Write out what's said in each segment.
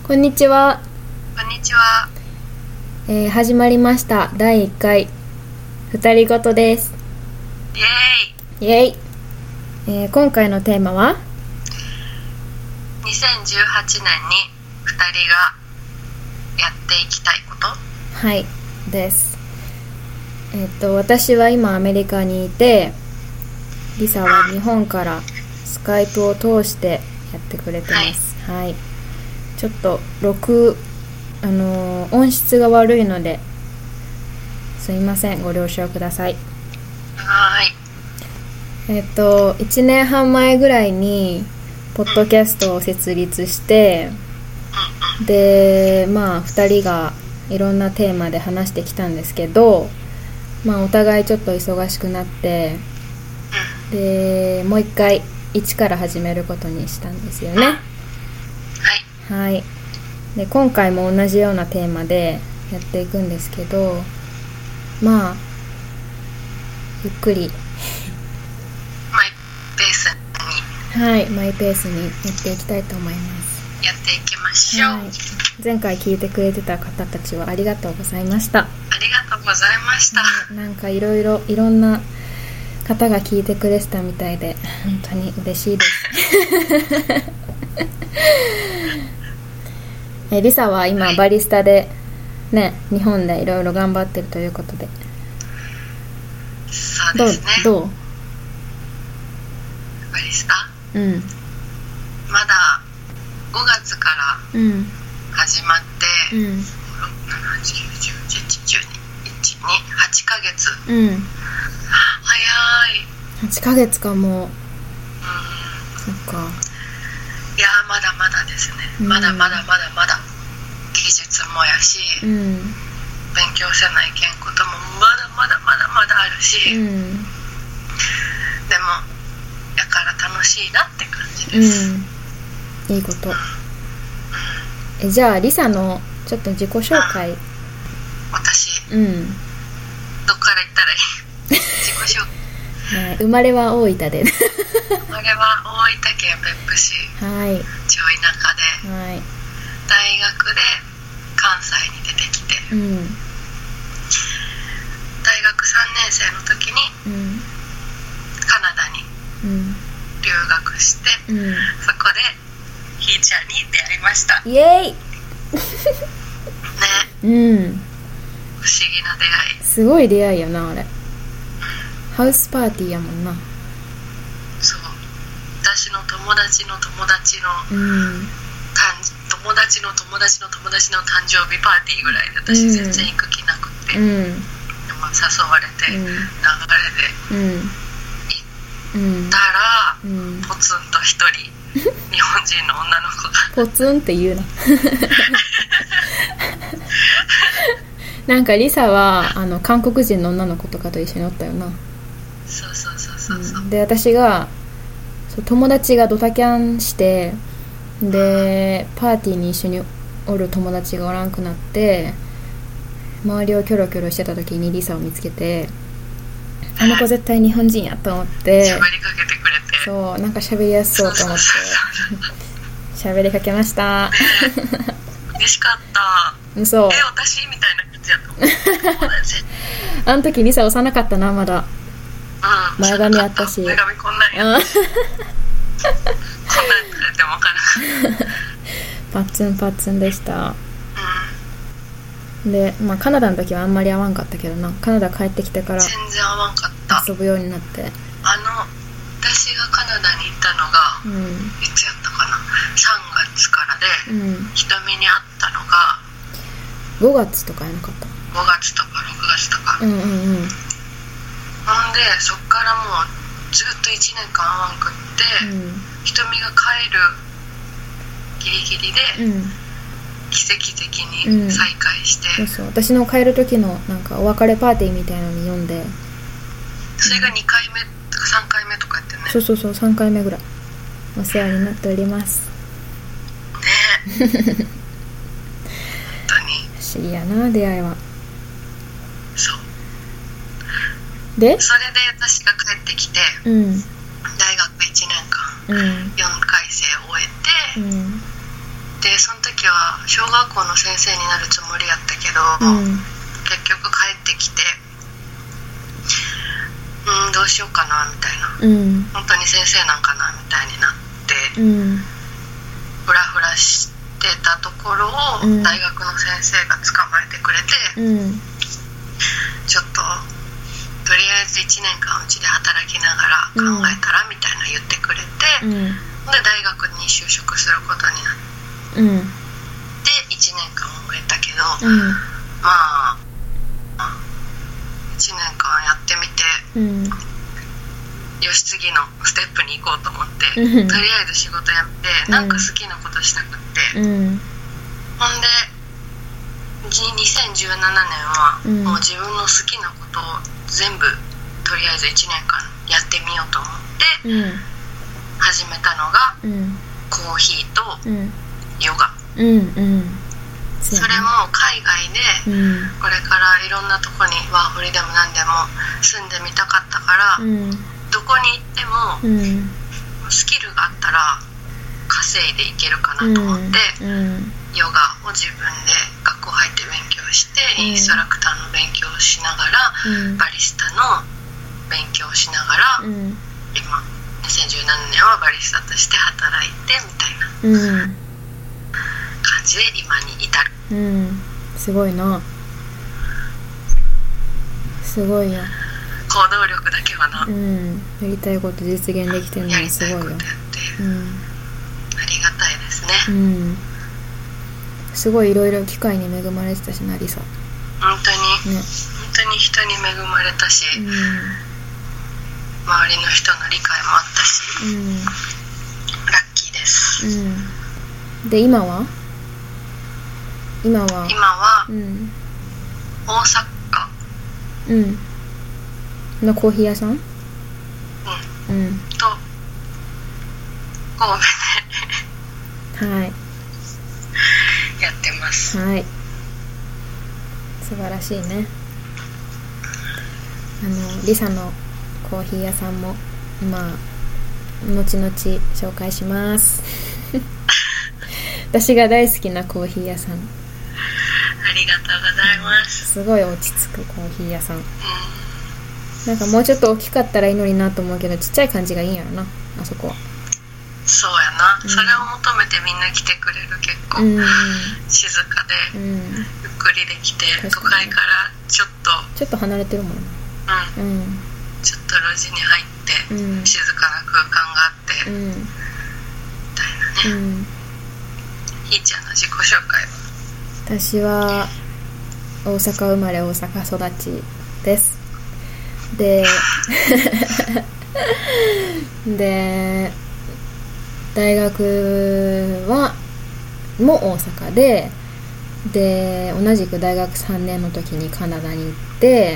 こんにちは。 こんにちは。 始まりました第1回二人ごとです。 イエーイ。 イエイ。今回のテーマは 2018年に2人がやっていきたいこと。 はいです。私は今アメリカにいて、リサは日本からスカイプを通してやってくれてます。はい、ちょっと音質が悪いのですいません、ご了承ください。 はい。 1年半前ぐらいにポッドキャストを設立して、で2人がいろんなテーマで話してきたんですけど、お互いちょっと忙しくなって、でもう一回一から始めることにしたんですよね。はい。で今回も同じようなテーマでやっていくんですけど、ゆっくりマイペースに、 マイペースにやっていきたいと思います。 やっていきましょう。 前回聞いてくれてた方たちはありがとうございました。 ありがとうございました。 なんかいろんな方が聞いてくれてたみたいで本当に嬉しいですリサは今バリスタでね、日本でいろいろ頑張ってるということで。 そうですね。 どうバリスタ、まだ5月から始まって、6、7、8、9、10、11、12、8ヶ月、早い。 8ヶ月かも。そっか。 いやまだまだですね。まだ技術もやし、勉強せないけんこともまだあるし、でもやから楽しいなって感じです。 いいこと。じゃあリサのちょっと自己紹介。 私、どっから言ったらいい自己紹介。 生まれは大分で生まれは大分県別府市、超田舎で、大学で関西に出てきて、大学3年生の時にカナダに留学して、そこでひーちゃんに出会いました。 イエーイね、不思議な出会い。 すごい出会いよなあれ。ハウスパーティーやもんな。 そう、私の友達の友達の、友達の友達の友達の誕生日パーティーぐらいで、私全然行く気なくて、でも誘われて、流れで行ったら、ポツンと一人日本人の女の子がポツンって言うななんかリサは韓国人の女の子とかと一緒におったよな。 そうで私が友達がドタキャンして、でパーティーに一緒におる友達がおらんくなって、周りをキョロキョロしてた時にリサを見つけて、あの子絶対日本人やと思って喋りかけてくれて、 そうなんか喋りやすそうと思って喋りかけました。 嬉しかった。 嘘。 私みたいな感じやと思う。 あの時リサ幼かったな、まだ。前髪あったし。 前髪こんなんや。こんなんやっても分からなかった。 パッツンでした。で、カナダの時はあんまり会わんかったけどな。カナダ帰ってきてから全然会わんかった。 遊ぶようになって。 私がカナダに行ったのが、いつやったかな、3月からで、瞳に会ったのが 5月とかやなかった。 5月とか6月とか。ほんでそっからもうずっと1年間会わんくって、瞳が帰るギリギリで、奇跡的に再会して、 そう私の帰る時のなんかお別れパーティーみたいなのに呼んで、 それが2回目とか3回目とかやってね。 そう3回目ぐらいお世話になっておりますね。本当に不思議やな出会いは。 そうでそれで私が帰ってきて、大学1年間、4回生を終えて、でその時時は小学校の先生になるつもりやったけど、結局帰ってきてどうしようかなみたいな、本当に先生なんかなみたいになって、フラフラしてたところを、大学の先生が捕まえてくれて、ちょっととりあえず1年間うちで働きながら考えたらみたいな言ってくれて、で大学に就職することになって、1年間終えたけど、まあ1年間やってみて、よし次のステップに行こうと思って、とりあえず仕事やめて、なんか好きなことしたくって、ほんで2017年はもう自分の好きなことを全部とりあえず1年間やってみようと思って始めたのが、コーヒーとヨガ、それも海外でこれからいろんなとこにワーホリでも何でも住んでみたかったから、どこに行ってもスキルがあったら稼いでいけるかなと思って、ヨガを自分で学校入って勉強して、インストラクターの勉強をしながら、バリスタの勉強をしながら、今2017年はバリスタとして働いてみたいな感じで今に至る。 すごいな、すごいよ。 行動力だけはな、 やりたいこと実現できてるのはすごいよ。 やりたいことやって、ありがたいですね。 すごいいろいろ機会に恵まれてたしな、リサ。 本当に、本当に人に恵まれたし、周りの人の理解もあったし、ラッキーです。 で今は大阪のコーヒー屋さん、 と神戸ではいやってます。 はい、素晴らしいね。リサのコーヒー屋さんも後々紹介します私が大好きなコーヒー屋さん。 ありがとうございます。 すごい落ち着くコーヒー屋さん。なんかもうちょっと大きかったらいいのになと思うけど、ちっちゃい感じがいいんやろな、あそこは。 そうやな、それを求めてみんな来てくれる。結構、静かで、ゆっくりできて、都会からちょっと離れてるもんね。 ちょっと路地に入って、静かな空間があって、みたいなね。ひーちゃんの自己紹介は？ 私は大阪生まれ大阪育ちです。で大学も大阪で同じく大学3年の時にカナダに行って、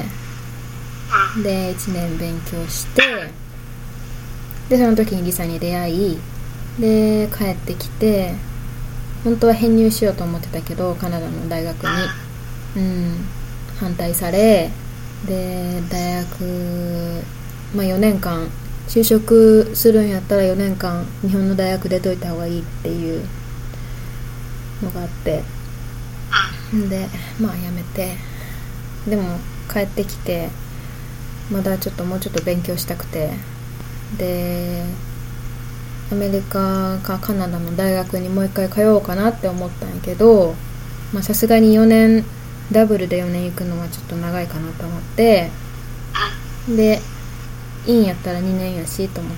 で1年勉強して、でその時にリサに出会い、で帰ってきて、本当は編入しようと思ってたけどカナダの大学に、反対され、で大学、4年間就職するんやったら4年間日本の大学出といた方がいいっていうのがあって、でやめて、でも帰ってきてもうちょっと勉強したくて、でアメリカかカナダの大学にもう一回通おうかなって思ったんやけど、さすがに4年ダブルで4年行くのはちょっと長いかなと思って、でインやったら2年やしと思って、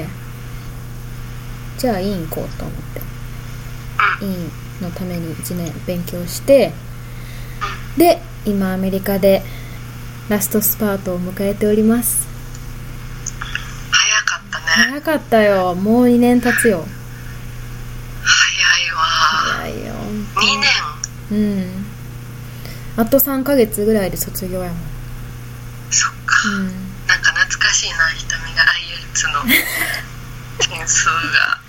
じゃあイン行こうと思って、インのために1年勉強して、で今アメリカでラストスパートを迎えております。 早かったね。 早かったよ。もう2年経つよ。 早いわ。 早いよ。 2年。 あと3ヶ月ぐらいで卒業やもん。 そっか。なんか懐かしいな、瞳が IELTS の点数が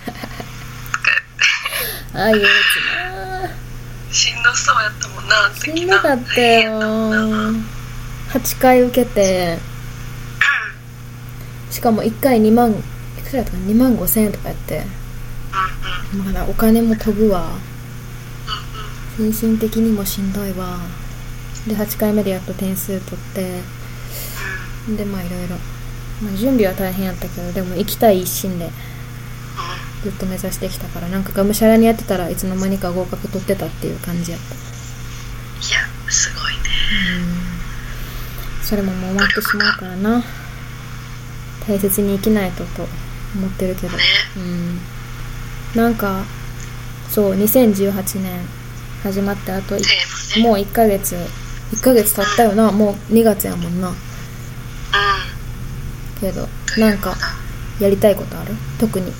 IELTS な。 しんどそうやったもんな。 しんどかったよ。8回受けて、しかも1回2万いくらやったか2万5,000円とかやって、まだお金も飛ぶわ。 精神的にもしんどいわ。で8回目でやっと点数取って、でまあいろいろ、準備は大変やったけど、でも行きたい一心でずっと目指してきたから、なんかがむしゃらにやってたらいつの間にか合格取ってたっていう感じやった。 いやすごいね。 それももう終わってしまうからな。大切に生きないと思ってるけど、 ね、 なんかそう2018年始まってあと、ね、もう1ヶ月経ったよな、もう2月やもんな。けどなんかやりたいことある？特に。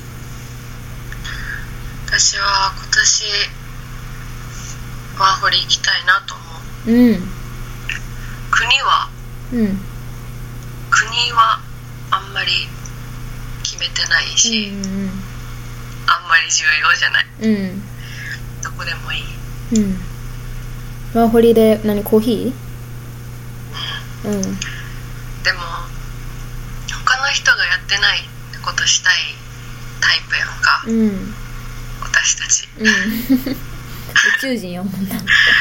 私は今年ワーホリ行きたいなと思う。国はあんまり決めてないし、あんまり重要じゃない、どこでもいい。ワーホリでコーヒー？でも他の人がやってないことしたいタイプやんか、私たち、 宇宙人やもんな。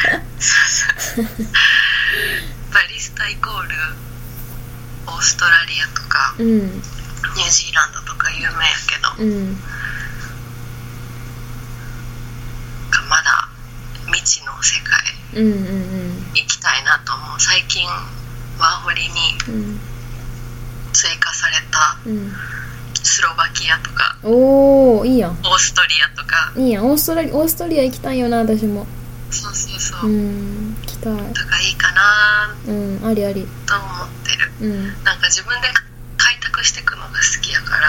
バリスタイコールオーストラリアとか、ニュージーランドとか有名やけど、まだ未知の世界、行きたいなと思う。最近ワーホリに追加された、スロバキアとか、 いいやん。 オーストリアとかいいやん。オーストリア行きたいよな、私も。 そう、行きたいとかいいかな、 ありありと思ってる。なんか自分で開拓していくのが好きやから、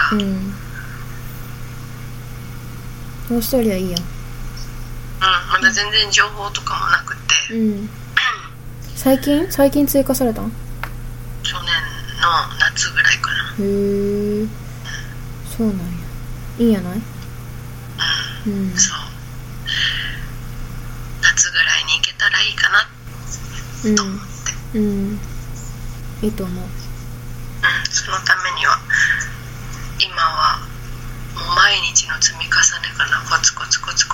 オーストリアいいやん。 まだ全然情報とかもなくて、 最近追加されたん？ 去年の夏ぐらいかな。 へえ、そうなんや。いいんやない？そう、 夏ぐらいに行けたらいいかなと思って、 いいと思う。 そのためには今はもう毎日の積み重ねかな。コツコツ、技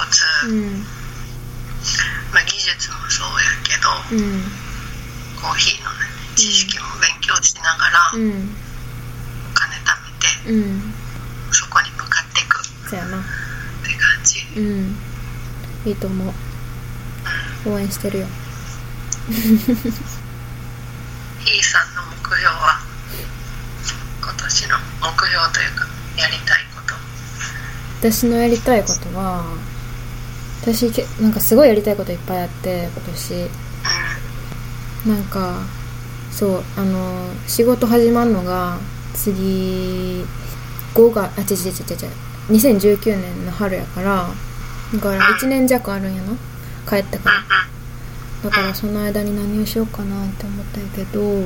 術もそうやけど、コーヒーのね、知識も勉強しながら、お金貯めて、そこに向かっていく。 そうやなって感じ。 いいと思う。応援してるよ。 ひーさんの目標は、今年の目標というかやりたいこと。 私のやりたいことは、私なんかすごいやりたいこといっぱいあって、今年なんかそう仕事始まるのが次2019年の春やから、だから1年弱あるんやな、帰ってから。だからその間に何をしようかなって思ったんやけど、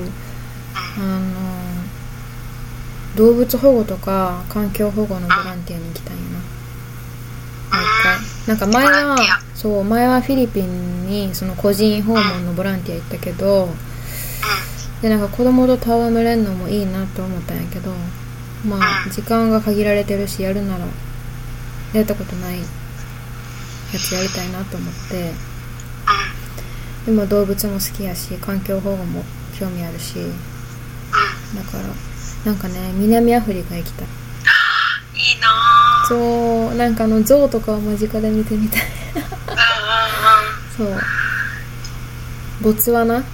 動物保護とか環境保護のボランティアに行きたいんやな、毎回。なんか前はフィリピンにその個人訪問のボランティア行ったけど、でなんか子供と戯れるのもいいなと思ったんやけど、時間が限られてるし、やるならやったことないやつやりたいなと思って。でも動物も好きやし、環境保護も興味あるし、だからなんかね、南アフリカ行きたい。 いいな。 そう、なんか象とかを間近で見てみたい。そう、ボツワナ。いいね。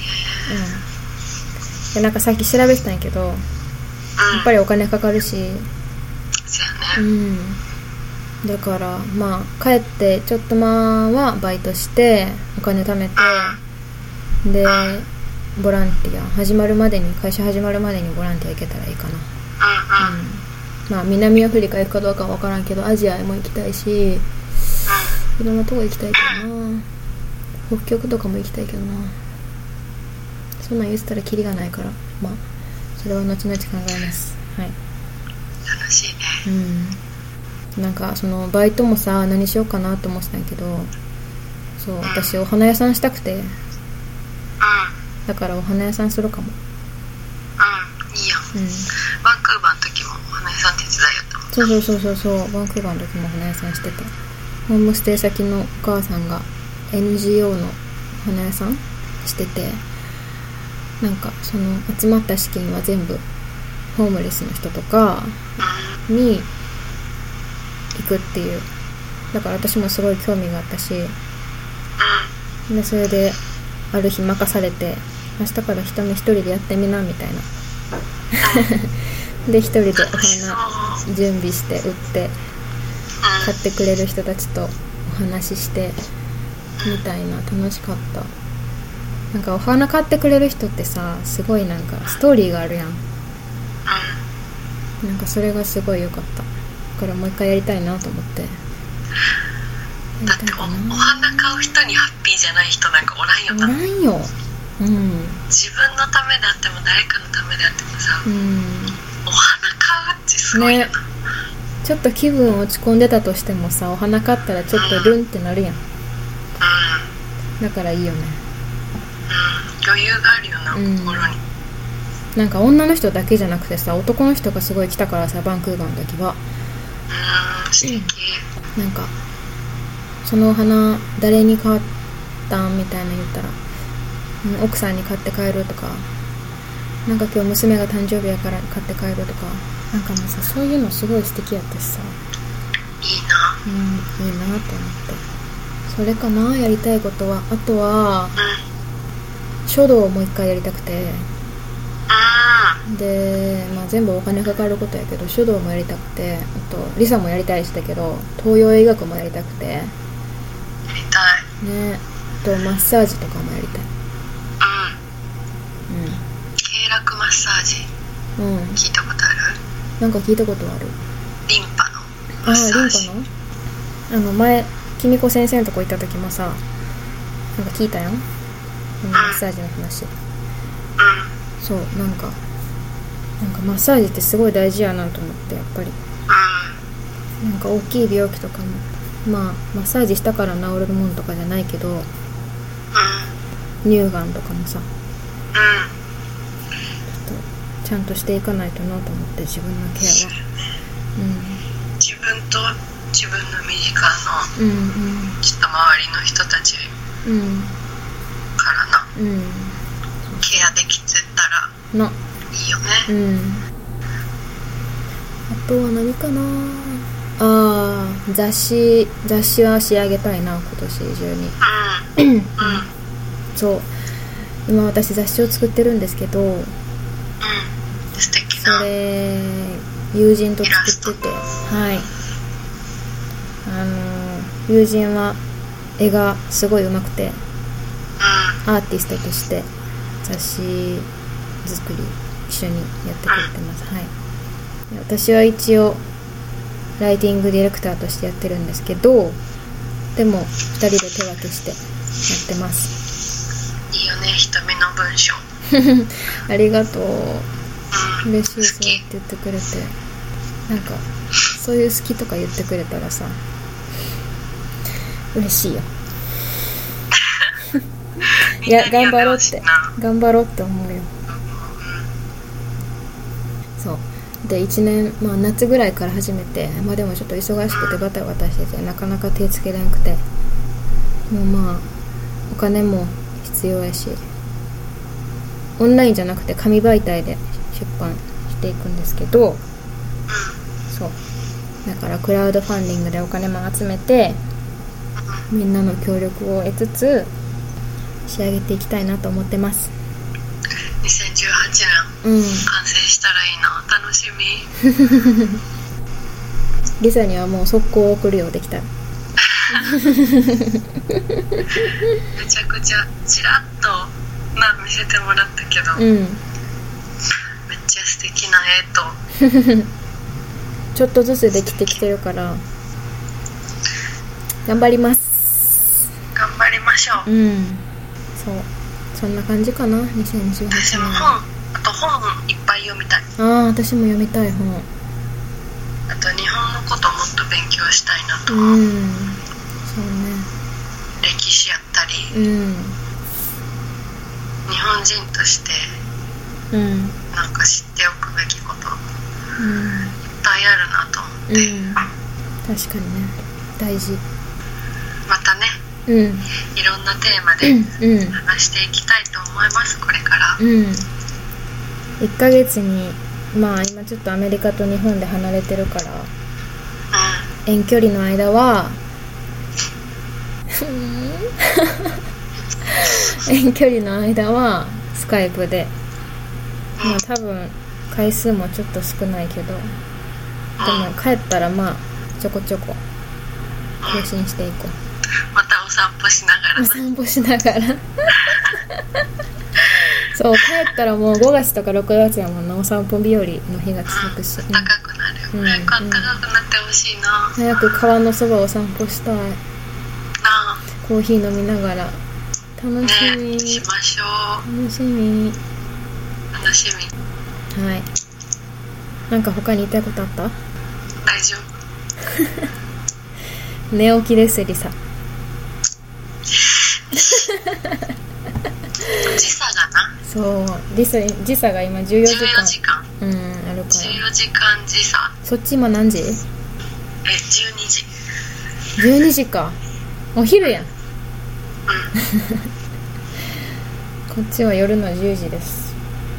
でなんかさっき調べてたんやけど、やっぱりお金かかるし、 そうやね。 だから帰ってちょっとはバイトしてお金貯めて、でボランティア会社始まるまでにボランティア行けたらいいかな。南アフリカ行くかどうかは分からんけど、アジアも行きたいし、いろんなとこ行きたいけどな。北極とかも行きたいけどな。そんなん言ってたらキリがないから、それは後々考えます。はい。 楽しいね。 なんかそのバイトもさ、何しようかなと思ってたんやけど、そう、私お花屋さんしたくて、だからお花屋さんするかも。 いいよ。バンクーバーの時もお花屋さん手伝いやったもん。 そうバンクーバーの時もお花屋さんしてた。ホームステイ先のお母さんが NGO のお花屋さんしてて、なんかその集まった資金は全部ホームレスの人とかに行くっていう。だから私もすごい興味があったし、でそれである日任されて、明日から一人でやってみなみたいなで一人でお花準備して売って買ってくれる人たちとお話ししてみたいな、楽しかった。なんかお花買ってくれる人ってさ、すごいなんかストーリーがあるやん。なんかそれがすごい良かった。だからもう一回やりたいなと思って。 だってお花買う人にハッピーじゃない人なんかおらんよな。 おらんよ。 自分のためであっても誰かのためであってもさ、お花買うってすごいよな、ね。 ちょっと気分落ち込んでたとしてもさ、お花買ったらちょっとルンってなるやん。だからいいよね。 余裕があるよな、心に。 なんか女の人だけじゃなくてさ、男の人がすごい来たからさ、バンクーバーの時は。 素敵。 なんかそのお花誰に買ったんみたいな言ったら、奥さんに買って帰るとか、なんか今日娘が誕生日やから買って帰るとか、なんかもうさ、そういうのすごい素敵やったしさ、 いいな。 いいなと思って。それかな、やりたいことは。あとは、書道をもう一回やりたくて、で、まあ、全部お金かかることやけど、書道もやりたくて、あとリサもやりたいしたけど、東洋医学もやりたくて、 やりたいね。あとマッサージとかもやりたい。 経絡マッサージ、聞いたことある？ なんか聞いたことある。 リンパのマッサージ。 リンパの？前きみこ先生のとこ行った時もさ、なんか聞いたよ、マッサージの話。そう、なんかマッサージってすごい大事やなと思って、やっぱり。なんか大きい病気とかも、まあマッサージしたから治るもんとかじゃないけど、乳がんとかもさ、ちょっとちゃんとしていかないとなと思って、自分のケアは。 自分と自分の身近の、ちょっと周りの人たちからな、ケアできてたらいいよね。 あとは何かな。雑誌は仕上げたいな、今年中に。そう、今私雑誌を作ってるんですけど、 素敵な。 それ友人と作ってて、友人は絵がすごい上手くて、アーティストとして雑誌作り一緒にやってくれてます。私は一応ライティングディレクターとしてやってるんですけど、でも2人で手分けしてやってます。 いいよね、瞳の文章。 ありがとう、嬉しい。そうやって言ってくれて、なんかそういう好きとか言ってくれたらさ、嬉しいよ。いや、頑張ろうって思うよ。そうで、1年、夏ぐらいから始めて、でもちょっと忙しくてバタバタしてて、なかなか手つけれなくて、もうお金も必要やし、オンラインじゃなくて紙媒体で出版していくんですけど、そうだからクラウドファンディングでお金も集めて、みんなの協力を得つつ仕上げていきたいなと思ってます。 2018年、完成したらいいな、楽しみ。 リサにはもう速攻送るよ、できたら。 めちゃくちゃちらっと見せてもらったけど、めっちゃ素敵な絵とちょっとずつできてきてるから頑張ります。 頑張りましょう。 そんな感じかな、2018年。 私もあと本いっぱい読みたい。 私も読みたい本。 あと日本のこともっと勉強したいなと。 そうね。 歴史やったり、日本人としてなんか知っておくべきこと、いっぱいあるなと思って。 確かにね、大事。 またね、 うん、 いろんなテーマで話していきたいと思います、これから。 1ヶ月にまあ今ちょっとアメリカと日本で離れてるから、遠距離の間は遠距離の間はスカイプで、まあ多分回数もちょっと少ないけど、でも帰ったらまあちょこちょこ更新していこう。 またお散歩しながら。 お散歩しながらそう、帰ったらもう5月とか6月やもんな、お散歩日和の日が続くし、 暖かくなる、早く暖かくなってほしいな。 早く川のそばを散歩したいな。コーヒー飲みながら。楽しみ、 ね、しましょう。 楽しみ。はい。なんか他に言いたいことあった？ 大丈夫。寝起きです、リサ。 時差がな。 そう、時差が今14時間。 14時間。 あるから。 14時間時差。 そっち今何時 ？12時。 12時か。お昼やん。こっちは夜の10時です。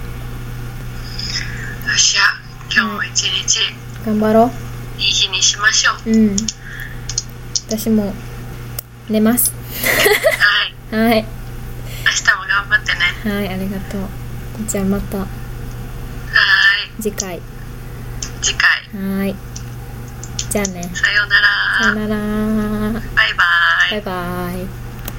よっしゃ、今日も一日、 頑張ろう。 いい日にしましょう。 私も寝ます。はい。はい。 明日も頑張ってね。 はい、ありがとう。じゃあまた。次回。はい。じゃあね。 さようなら。 さようなら。 バイバイ。 バイバイ。